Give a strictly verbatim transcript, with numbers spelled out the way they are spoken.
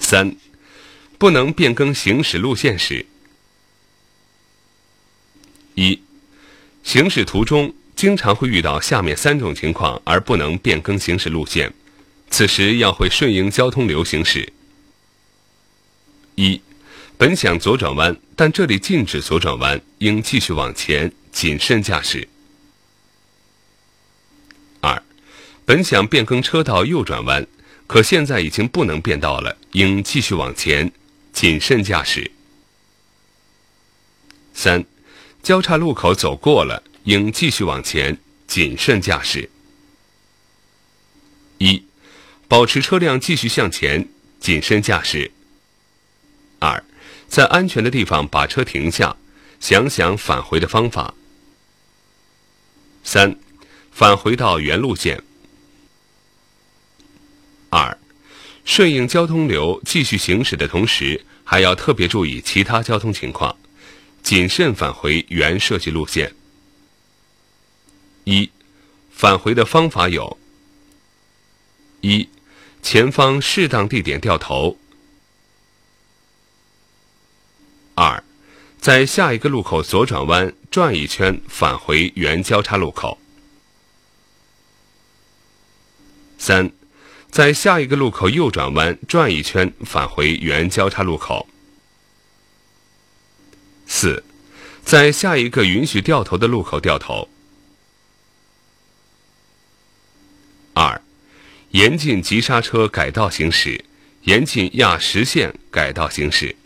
三、不能变更行驶路线时。一、行驶途中经常会遇到下面三种情况而不能变更行驶路线，此时要会顺应交通流行驶。一、本想左转弯，但这里禁止左转弯，应继续往前，谨慎驾驶。二、本想变更车道右转弯，可现在已经不能变道了，应继续往前，谨慎驾驶。三、交叉路口走过了，应继续往前，谨慎驾驶。一、保持车辆继续向前，谨慎驾驶。二、在安全的地方把车停下，想想返回的方法。三、返回到原路线。二、顺应交通流继续行驶的同时，还要特别注意其他交通情况，谨慎返回原设计路线。一、返回的方法有：一、前方适当地点掉头；二、在下一个路口左转弯转一圈返回原交叉路口；三、在下一个路口右转弯转一圈返回原交叉路口；四、在下一个允许掉头的路口掉头；二、严禁急刹车改道行驶，严禁压实线改道行驶。